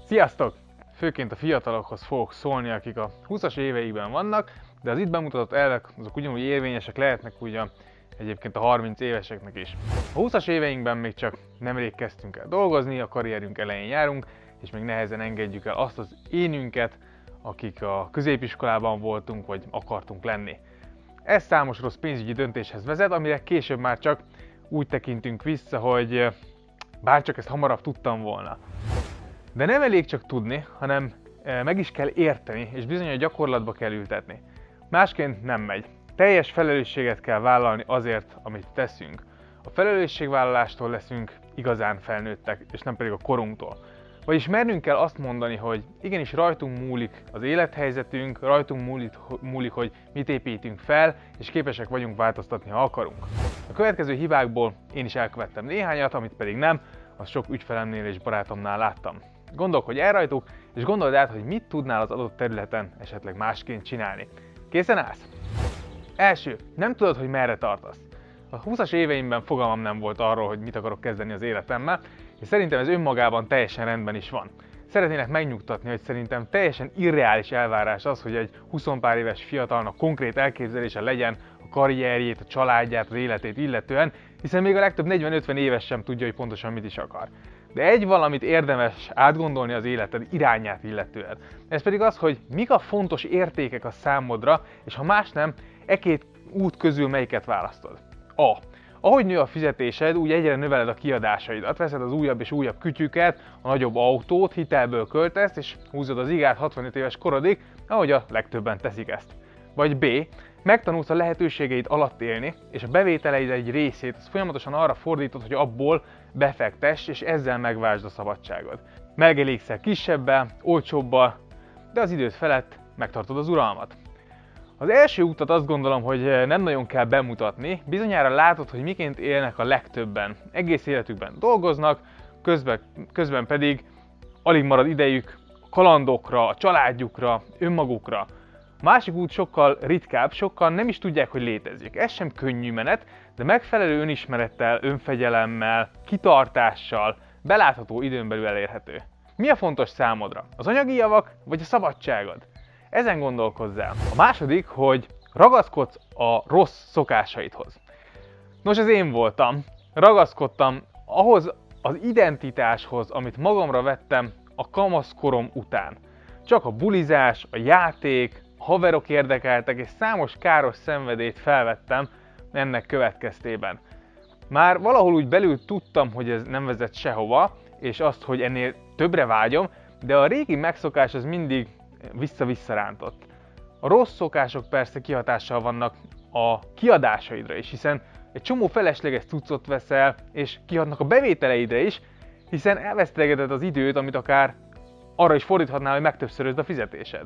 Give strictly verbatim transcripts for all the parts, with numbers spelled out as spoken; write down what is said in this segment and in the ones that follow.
Sziasztok! Főként a fiatalokhoz fogok szólni, akik a húszas éveikben vannak, de az itt bemutatott elvek azok ugyanúgy érvényesek lehetnek ugye egyébként a harminc éveseknek is. A húszas éveinkben még csak nemrég kezdtünk el dolgozni, a karrierünk elején járunk, és még nehezen engedjük el azt az énünket, akik a középiskolában voltunk, vagy akartunk lenni. Ez számos rossz pénzügyi döntéshez vezet, amire később már csak úgy tekintünk vissza, hogy bárcsak ezt hamarabb tudtam volna. De nem elég csak tudni, hanem meg is kell érteni, és bizony a gyakorlatba kell ültetni. Másként nem megy. Teljes felelősséget kell vállalni azért, amit teszünk. A felelősségvállalástól leszünk igazán felnőttek, és nem pedig a korunktól. Vagyis mernünk kell azt mondani, hogy igenis rajtunk múlik az élethelyzetünk, rajtunk múlik, múlik, hogy mit építünk fel, és képesek vagyunk változtatni, ha akarunk. A következő hibákból én is elkövettem néhányat, amit pedig nem, azt sok ügyfelemnél és barátomnál láttam. Gondolkodj el rajtuk, és gondold át, hogy mit tudnál az adott területen esetleg másként csinálni. Készen állsz? Első, nem tudod, hogy merre tartasz. A húszas éveimben fogalmam nem volt arról, hogy mit akarok kezdeni az életemmel, és szerintem ez önmagában teljesen rendben is van. Szeretnének megnyugtatni, hogy szerintem teljesen irreális elvárás az, hogy egy huszonpár éves fiatalnak konkrét elképzelése legyen a karrierjét, a családját, az életét illetően, hiszen még a legtöbb negyven-ötven éves sem tudja, hogy pontosan mit is akar. De egy valamit érdemes átgondolni az életed irányát illetően. Ez pedig az, hogy mik a fontos értékek a számodra, és ha más nem, e két út közül melyiket választod. A. Ahogy nő a fizetésed, úgy egyre növeled a kiadásaidat, veszed az újabb és újabb kütyüket, a nagyobb autót, hitelből költesz, és húzod az igát hatvanöt éves korodig, ahogy a legtöbben teszik ezt. Vagy B. Megtanulsz a lehetőségeid alatt élni, és a bevételeid egy részét az folyamatosan arra fordítod, hogy abból befektess, és ezzel megváltsd a szabadságod. Megelégszel kisebbel, olcsóbbal, de az időd felett megtartod az uralmat. Az első útat azt gondolom, hogy nem nagyon kell bemutatni, bizonyára látod, hogy miként élnek a legtöbben. Egész életükben dolgoznak, közben, közben pedig alig marad idejük a kalandokra, a családjukra, önmagukra. A másik út sokkal ritkább, sokkal nem is tudják, hogy létezik. Ez sem könnyű menet, de megfelelő önismerettel, önfegyelemmel, kitartással, belátható időn belül elérhető. Mi a fontos számodra? Az anyagi javak vagy a szabadságod? Ezen gondolkozzál. A második, hogy ragaszkodsz a rossz szokásaidhoz. Nos, ez én voltam. Ragaszkodtam ahhoz az identitáshoz, amit magamra vettem a kamaszkorom után. Csak a bulizás, a játék, a haverok érdekeltek, és számos káros szenvedélyt felvettem ennek következtében. Már valahol úgy belül tudtam, hogy ez nem vezet sehova, és azt, hogy ennél többre vágyom, de a régi megszokás az mindig vissza-vissza rántott. A rossz szokások persze kihatással vannak a kiadásaidra is, hiszen egy csomó felesleges cuccot veszel, és kihatnak a bevételeidre is, hiszen elvesztegeted az időt, amit akár arra is fordíthatnál, hogy megtöbbszörözd a fizetésed.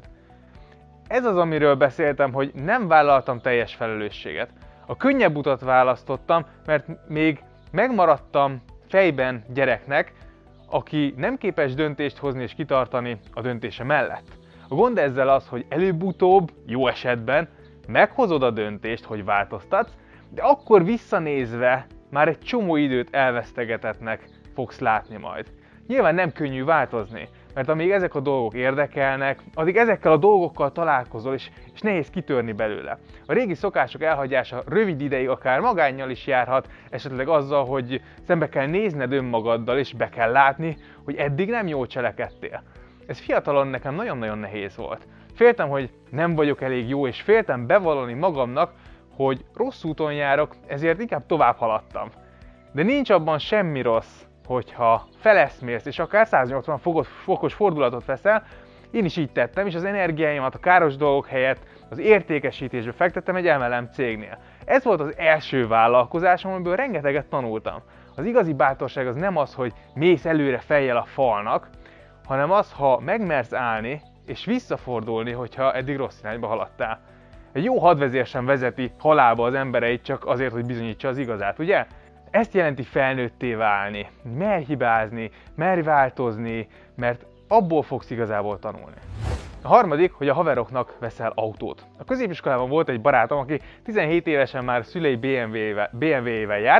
Ez az, amiről beszéltem, hogy nem vállaltam teljes felelősséget. A könnyebb utat választottam, mert még megmaradtam fejben gyereknek, aki nem képes döntést hozni és kitartani a döntése mellett. A gond ezzel az, hogy előbb-utóbb, jó esetben meghozod a döntést, hogy változtatsz, de akkor visszanézve már egy csomó időt elvesztegetetnek fogsz látni majd. Nyilván nem könnyű változni, mert amíg ezek a dolgok érdekelnek, addig ezekkel a dolgokkal találkozol, és, és nehéz kitörni belőle. A régi szokások elhagyása rövid ideig akár magánnyal is járhat, esetleg azzal, hogy szembe kell nézned önmagaddal, és be kell látni, hogy eddig nem jól cselekedtél. Ez fiatalon nekem nagyon-nagyon nehéz volt. Féltem, hogy nem vagyok elég jó, és féltem bevallani magamnak, hogy rossz úton járok, ezért inkább tovább haladtam. De nincs abban semmi rossz, hogyha feleszmélsz, és akár száznyolcvan fokos fordulatot veszel. Én is így tettem, és az energiáimat a káros dolgok helyett az értékesítésbe fektettem egy em el em cégnél. Ez volt az első vállalkozásom, amiből rengeteget tanultam. Az igazi bátorság az nem az, hogy mész előre fejjel a falnak, hanem az, ha megmersz állni és visszafordulni, hogyha eddig rossz irányba haladtál. Egy jó hadvezér sem vezeti halálba az embereit csak azért, hogy bizonyítsa az igazát, ugye? Ezt jelenti felnőtté válni, merj hibázni, merj változni, mert abból fogsz igazából tanulni. A harmadik, hogy a haveroknak veszel autót. A középiskolában volt egy barátom, aki tizenhét évesen már szülei bé em vé-vel járt,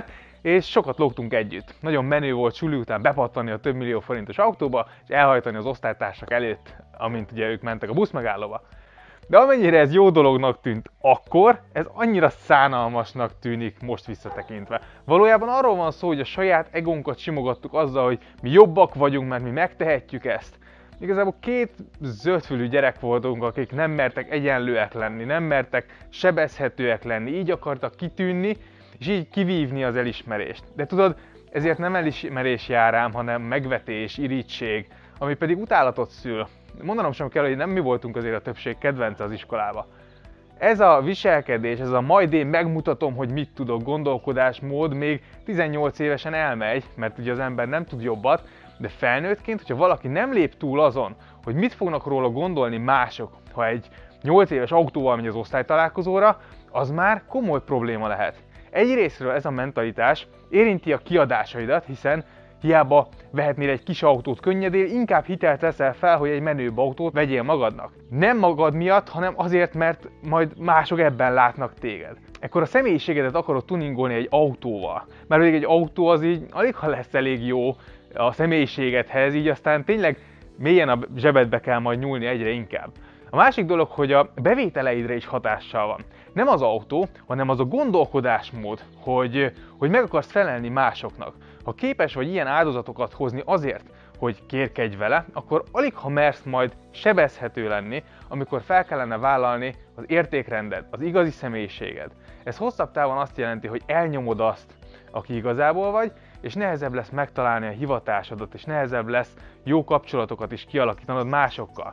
és sokat lógtunk együtt. Nagyon menő volt suli után bepattani a több millió forintos autóba, és elhajtani az osztálytársak előtt, amint ugye ők mentek a buszmegállóba. De amennyire ez jó dolognak tűnt akkor, ez annyira szánalmasnak tűnik most visszatekintve. Valójában arról van szó, hogy a saját egónkat simogattuk azzal, hogy mi jobbak vagyunk, mert mi megtehetjük ezt. Igazából két zöldfülű gyerek voltunk, akik nem mertek egyenlőek lenni, nem mertek sebezhetőek lenni, így akartak kitűnni, és így kivívni az elismerést. De tudod, ezért nem elismerés jár rám, hanem megvetés, irigység, ami pedig utálatot szül. Mondanom sem kell, hogy nem mi voltunk azért a többség kedvence az iskolába. Ez a viselkedés, ez a majd én megmutatom, hogy mit tudok gondolkodásmód még tizennyolc évesen elmegy, mert ugye az ember nem tud jobbat, de felnőttként, hogyha valaki nem lép túl azon, hogy mit fognak róla gondolni mások, ha egy nyolc éves autóval megy az osztálytalálkozóra, az már komoly probléma lehet. Egyrészről ez a mentalitás érinti a kiadásaidat, hiszen hiába vehetnél egy kis autót könnyedén, inkább hitelt veszel fel, hogy egy menőbb autót vegyél magadnak. Nem magad miatt, hanem azért, mert majd mások ebben látnak téged. Ekkor a személyiségedet akarod tuningolni egy autóval, mert még egy autó az így alig ha lesz elég jó a személyiségedhez, így aztán tényleg mélyen a zsebedbe kell majd nyúlni egyre inkább. A másik dolog, hogy a bevételeidre is hatással van. Nem az autó, hanem az a gondolkodásmód, hogy, hogy meg akarsz felelni másoknak. Ha képes vagy ilyen áldozatokat hozni azért, hogy kérkedj vele, akkor alig ha mersz majd sebezhető lenni, amikor fel kellene vállalni az értékrended, az igazi személyiséged. Ez hosszabb távon azt jelenti, hogy elnyomod azt, aki igazából vagy, és nehezebb lesz megtalálni a hivatásodat, és nehezebb lesz jó kapcsolatokat is kialakítanod másokkal.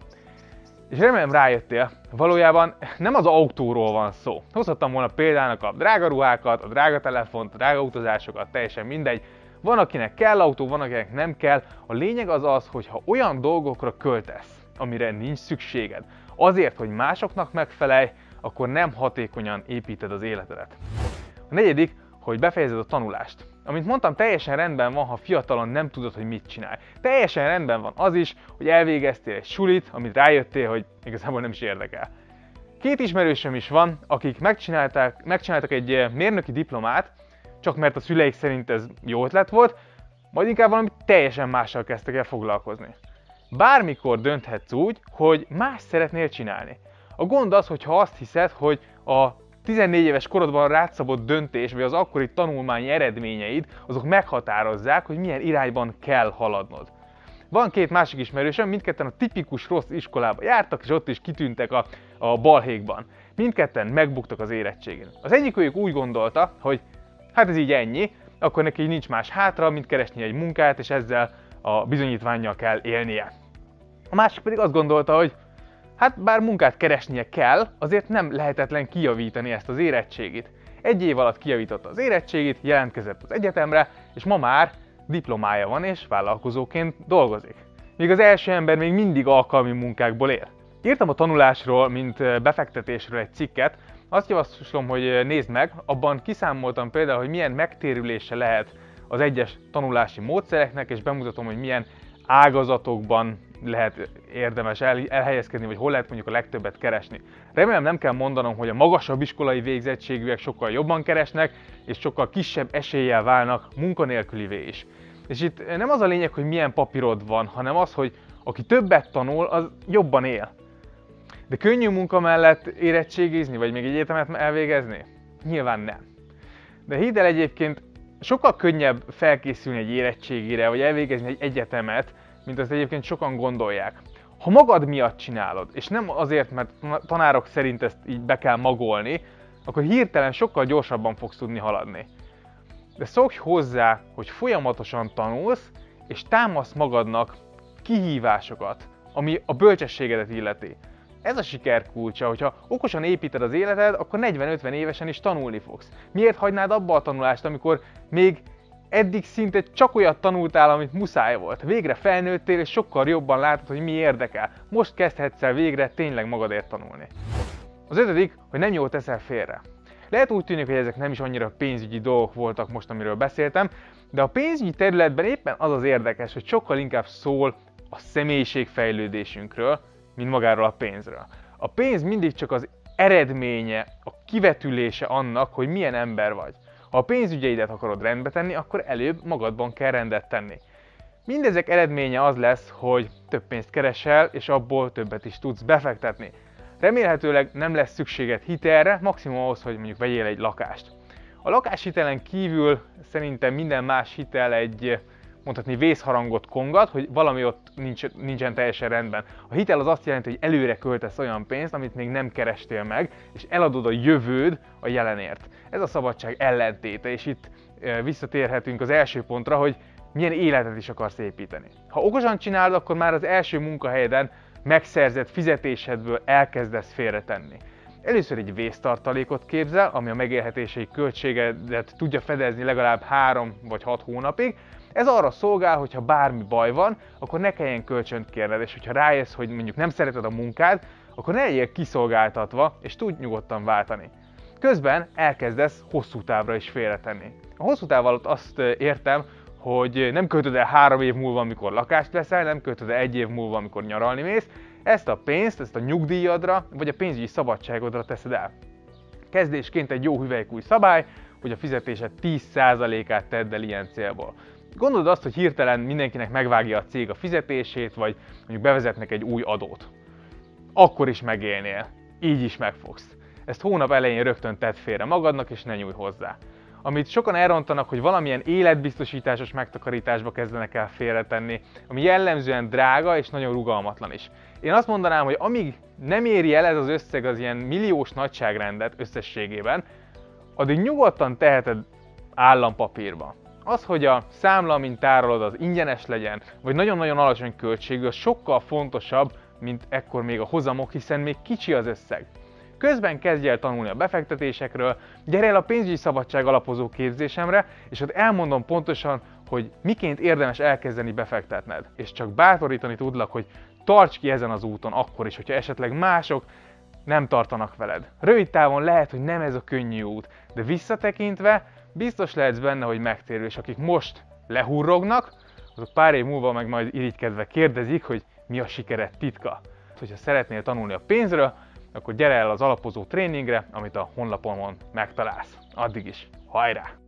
És remélem rájöttél, valójában nem az autóról van szó. Hozhattam volna példának a drága ruhákat, a drága telefont, a drága utazásokat, teljesen mindegy. Van, akinek kell autó, van, akinek nem kell. A lényeg az az, hogy ha olyan dolgokra költesz, amire nincs szükséged, azért, hogy másoknak megfelelj, akkor nem hatékonyan építed az életedet. A negyedik, hogy befejezed a tanulást. Amint mondtam, teljesen rendben van, ha fiatalon nem tudod, hogy mit csinálj. Teljesen rendben van az is, hogy elvégeztél egy sulit, amit rájöttél, hogy igazából nem is érdekel. Két ismerősöm is van, akik megcsináltak, megcsináltak egy mérnöki diplomát, csak mert a szüleik szerint ez jó ötlet volt, majd inkább valami teljesen mással kezdtek el foglalkozni. Bármikor dönthetsz úgy, hogy más szeretnél csinálni. A gond az, hogyha azt hiszed, hogy a tizennégy éves korodban rád szabott döntés, vagy az akkori tanulmányi eredményeid, azok meghatározzák, hogy milyen irányban kell haladnod. Van két másik ismerősöm, mindketten a tipikus rossz iskolába jártak, és ott is kitűntek a, a balhékban. Mindketten megbuktak az érettségén. Az egyikőjük úgy gondolta, hogy hát ez így ennyi, akkor neki nincs más hátra, mint keresni egy munkát, és ezzel a bizonyítvánnyal kell élnie. A másik pedig azt gondolta, hogy hát bár munkát keresnie kell, azért nem lehetetlen kijavítani ezt az érettségit. Egy év alatt kijavította az érettségit, jelentkezett az egyetemre, és ma már diplomája van és vállalkozóként dolgozik. Míg az első ember még mindig alkalmi munkákból él. Írtam a tanulásról, mint befektetésről egy cikket, azt javaslom, hogy nézd meg, abban kiszámoltam például, hogy milyen megtérülése lehet az egyes tanulási módszereknek, és bemutatom, hogy milyen ágazatokban lehet érdemes el, elhelyezkedni, vagy hol lehet mondjuk a legtöbbet keresni. Remélem nem kell mondanom, hogy a magasabb iskolai végzettségűek sokkal jobban keresnek, és sokkal kisebb eséllyel válnak munkanélkülivé is. És itt nem az a lényeg, hogy milyen papírod van, hanem az, hogy aki többet tanul, az jobban él. De könnyű munka mellett érettségizni, vagy még egy egyetemet elvégezni? Nyilván nem. De hidd el, egyébként sokkal könnyebb felkészülni egy érettségire, vagy elvégezni egy egyetemet, mint azt egyébként sokan gondolják. Ha magad miatt csinálod, és nem azért, mert tanárok szerint ezt így be kell magolni, akkor hirtelen sokkal gyorsabban fogsz tudni haladni. De szokj hozzá, hogy folyamatosan tanulsz, és támasz magadnak kihívásokat, ami a bölcsességedet illeti. Ez a siker kulcsa, hogyha okosan építed az életed, akkor negyven-ötven évesen is tanulni fogsz. Miért hagynád abba a tanulást, amikor még eddig szinte csak olyat tanultál, amit muszáj volt. Végre felnőttél, és sokkal jobban látod, hogy mi érdekel. Most kezdhetsz el végre tényleg magadért tanulni. Az ötödik, hogy nem jól teszel félre. Lehet úgy tűnik, hogy ezek nem is annyira pénzügyi dolgok voltak most, amiről beszéltem, de a pénzügyi területben éppen az az érdekes, hogy sokkal inkább szól a személyiségfejlődésünkről, mint magáról a pénzről. A pénz mindig csak az eredménye, a kivetülése annak, hogy milyen ember vagy. Ha a pénzügyeidet akarod rendbe tenni, akkor előbb magadban kell rendet tenni. Mindezek eredménye az lesz, hogy több pénzt keresel, és abból többet is tudsz befektetni. Remélhetőleg nem lesz szükséged hitelre, maximum ahhoz, hogy mondjuk vegyél egy lakást. A lakáshitelen kívül szerintem minden más hitel egy, mondhatni, vészharangot kongat, hogy valami ott nincs, nincsen teljesen rendben. A hitel az azt jelenti, hogy előre költesz olyan pénzt, amit még nem kerestél meg, és eladod a jövőd a jelenért. Ez a szabadság ellentéte, és itt visszatérhetünk az első pontra, hogy milyen életet is akarsz építeni. Ha okosan csinálod, akkor már az első munkahelyeden megszerzett fizetésedből elkezdesz félretenni. Először egy vésztartalékot képzel, ami a megélhetési költségedet tudja fedezni legalább három vagy hat hónapig. Ez arra szolgál, hogy ha bármi baj van, akkor ne kelljen kölcsönt kérned, és hogyha rájössz, hogy mondjuk nem szereted a munkád, akkor ne legyél kiszolgáltatva, és tudj nyugodtan váltani. Közben elkezdesz hosszú távra is félretenni. A hosszú táv alatt azt értem, hogy nem költöd el három év múlva, amikor lakást veszel, nem költöd el egy év múlva, amikor nyaralni mész, ezt a pénzt, ezt a nyugdíjadra, vagy a pénzügyi szabadságodra teszed el. Kezdésként egy jó hüvelykúj szabály, hogy a fizetésed tíz százalékát tedd el ilyen célból. Gondold azt, hogy hirtelen mindenkinek megvágja a cég a fizetését, vagy mondjuk bevezetnek egy új adót. Akkor is megélnél, így is megfogsz. Ezt hónap elején rögtön tedd félre magadnak, és ne nyújj hozzá. Amit sokan elrontanak, hogy valamilyen életbiztosításos megtakarításba kezdenek el félretenni, ami jellemzően drága és nagyon rugalmatlan is. Én azt mondanám, hogy amíg nem éri el ez az összeg az ilyen milliós nagyságrendet összességében, addig nyugodtan teheted állampapírba. Az, hogy a számla, mint tárolod, az ingyenes legyen, vagy nagyon-nagyon alacsony költségű, az sokkal fontosabb, mint ekkor még a hozamok, hiszen még kicsi az összeg. Közben kezdj el tanulni a befektetésekről, gyere el a pénzügyi szabadság alapozó képzésemre, és ott elmondom pontosan, hogy miként érdemes elkezdeni befektetned. És csak bátorítani tudlak, hogy tarts ki ezen az úton akkor is, hogyha esetleg mások nem tartanak veled. Rövid távon lehet, hogy nem ez a könnyű út, de visszatekintve biztos lehetsz benne, hogy megtérül, és akik most lehurrognak, azok pár év múlva meg majd irigykedve kérdezik, hogy mi a sikered titka. Hogyha szeretnél tanulni a pénzről, akkor gyere el az alapozó tréningre, amit a honlapomon megtalálsz. Addig is, hajrá!